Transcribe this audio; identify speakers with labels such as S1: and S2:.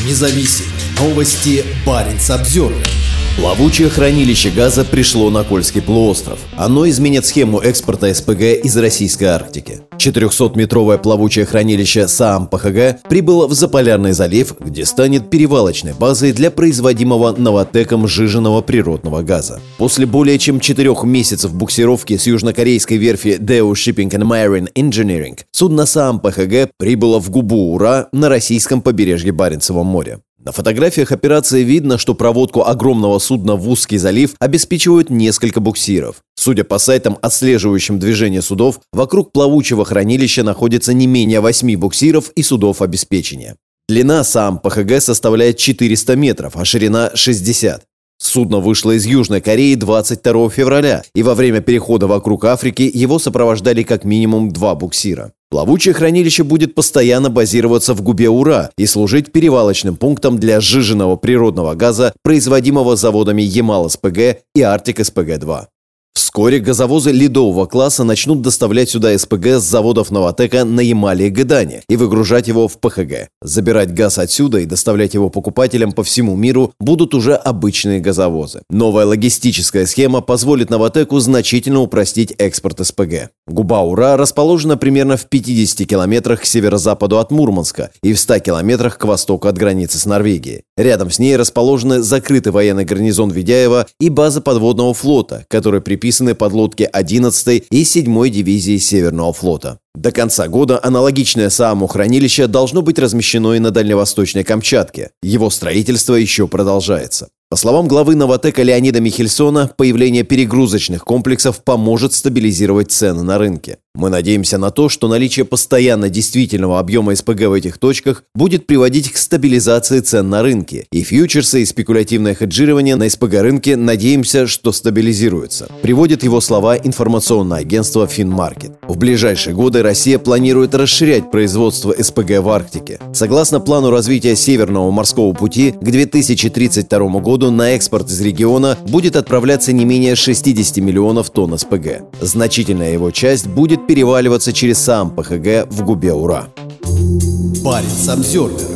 S1: независим. Новости Баренц-Обзервер.
S2: Плавучее хранилище газа пришло на Кольский полуостров. Оно изменит схему экспорта СПГ из российской Арктики. 400-метровое плавучее хранилище СААМ-ПХГ прибыло в Заполярный залив, где станет перевалочной базой для производимого Новатэком сжиженного природного газа. После более чем 4 месяцев буксировки с южнокорейской верфи Daewoo Shipping and Marine Engineering судно СААМ-ПХГ прибыло в Губу-Ура на российском побережье Баренцева моря. На фотографиях операции видно, что проводку огромного судна в узкий залив обеспечивают несколько буксиров. Судя по сайтам, отслеживающим движение судов, вокруг плавучего хранилища находится не менее 8 буксиров и судов обеспечения. Длина СААМ-ПХГ составляет 400 метров, а ширина – 60. Судно вышло из Южной Кореи 22 февраля, и во время перехода вокруг Африки его сопровождали как минимум 2 буксира. Плавучее хранилище будет постоянно базироваться в Губе-Ура и служить перевалочным пунктом для сжиженного природного газа, производимого заводами Ямал-СПГ и Арктик-СПГ-2. Вскоре газовозы ледового класса начнут доставлять сюда СПГ с заводов Новатэка на Ямале и Гдане и выгружать его в ПХГ. Забирать газ отсюда и доставлять его покупателям по всему миру будут уже обычные газовозы. Новая логистическая схема позволит Новатэку значительно упростить экспорт СПГ. Губа-Ура расположена примерно в 50 километрах к северо-западу от Мурманска и в 100 километрах к востоку от границы с Норвегией. Рядом с ней расположены закрытый военный гарнизон Ведяева и база подводного флота, которые приписаны подлодке 11-й и 7-й дивизии Северного флота. До конца года аналогичное СААМу хранилище должно быть размещено и на Дальневосточной Камчатке. Его строительство еще продолжается. По словам главы Новатэка Леонида Михельсона, появление перегрузочных комплексов поможет стабилизировать цены на рынке. Мы надеемся на то, что наличие постоянно действительного объема СПГ в этих точках будет приводить к стабилизации цен на рынке, и фьючерсы и спекулятивное хеджирование на СПГ-рынке, надеемся, что стабилизируются, приводит его слова информационное агентство Финмаркет. В ближайшие годы Россия планирует расширять производство СПГ в Арктике. Согласно плану развития Северного морского пути, к 2032 году на экспорт из региона будет отправляться не менее 60 миллионов тонн СПГ. Значительная его часть будет переваливаться через СААМ-ПХГ в Губе-Ура.
S1: Баренц-Обзервер.